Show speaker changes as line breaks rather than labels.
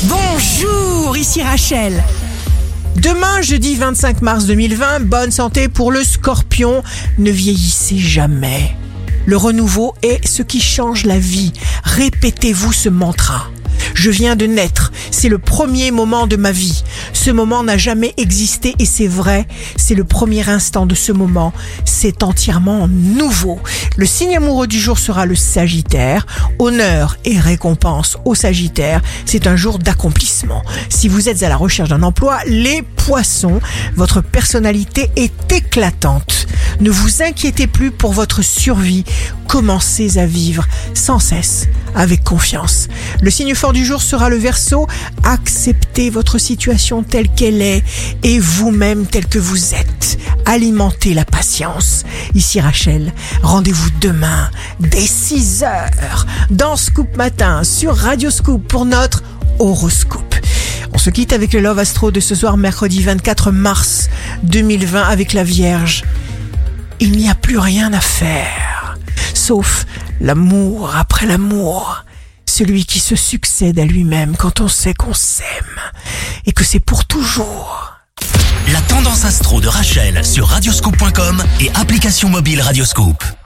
Bonjour, ici Rachel. Demain, jeudi 25 mars 2020, bonne santé pour le Scorpion. Ne vieillissez jamais. Le renouveau est ce qui change la vie. Répétez-vous ce mantra. Je viens de naître, c'est le premier moment de ma vie. Ce moment n'a jamais existé et c'est vrai, c'est le premier instant de ce moment. C'est entièrement nouveau. Le signe amoureux du jour sera le Sagittaire. Honneur et récompense au Sagittaire, c'est un jour d'accomplissement. Si vous êtes à la recherche d'un emploi, les Poissons, votre personnalité est éclatante. Ne vous inquiétez plus pour votre survie. Commencez à vivre sans cesse, avec confiance. Le signe fort du jour sera le Verseau. Acceptez votre situation telle qu'elle est et vous-même tel que vous êtes. Alimentez la patience. Ici Rachel, rendez-vous demain dès 6h dans Scoop Matin sur Radio Scoop pour notre horoscope. On se quitte avec le Love Astro de ce soir, mercredi 24 mars 2020 avec la Vierge. Il n'y a plus rien à faire, sauf l'amour après l'amour. Celui qui se succède à lui-même quand on sait qu'on s'aime et que c'est pour toujours.
La tendance astro de Rachel sur radioscoop.com et application mobile Radioscoop.